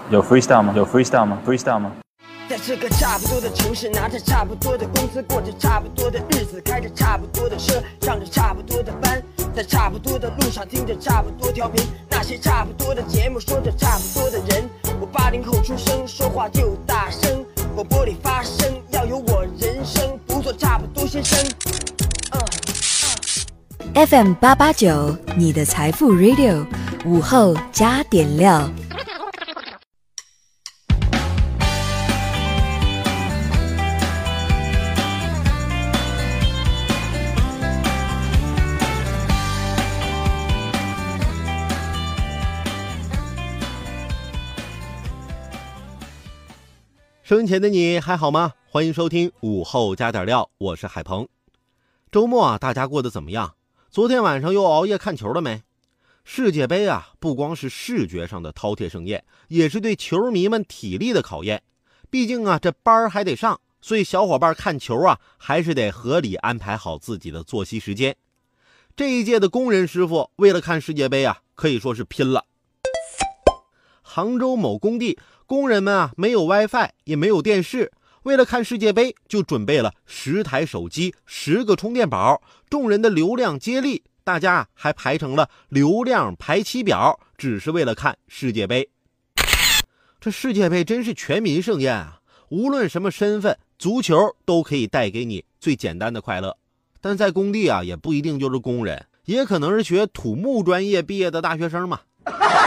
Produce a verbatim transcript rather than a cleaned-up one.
有 freestyle 吗？有 freestyle 吗 ？freestyle 吗？ 在这个差不多的城市，拿着差不多的工资，过着差不多的日子，开着差不多的车，上着差不多的班，在差不多的路上听着差不多调频，那些差不多的节目，说着差不多的人。我八零后出生，说话就大声，广播里发声，要有我人生，不做差不多先生。嗯嗯、F M 八八九，你的财富 Radio， 午后加点料。 收音前的你还好吗？欢迎收听午后加点料，我是海鹏。周末啊，大家过得怎么样？昨天晚上又熬夜看球了没？世界杯啊，不光是视觉上的饕餮盛宴，也是对球迷们体力的考验。毕竟啊，这班还得上，所以小伙伴看球啊，还是得合理安排好自己的作息时间。这一届的工人师傅为了看世界杯啊，可以说是拼了。杭州某工地，工人们啊没有 WiFi 也没有电视，为了看世界杯就准备了十台手机、十个充电宝，众人的流量接力，大家还排成了流量排期表，只是为了看世界杯。这世界杯真是全民盛宴啊！无论什么身份，足球都可以带给你最简单的快乐。但在工地啊，也不一定就是工人，也可能是学土木专业毕业的大学生嘛。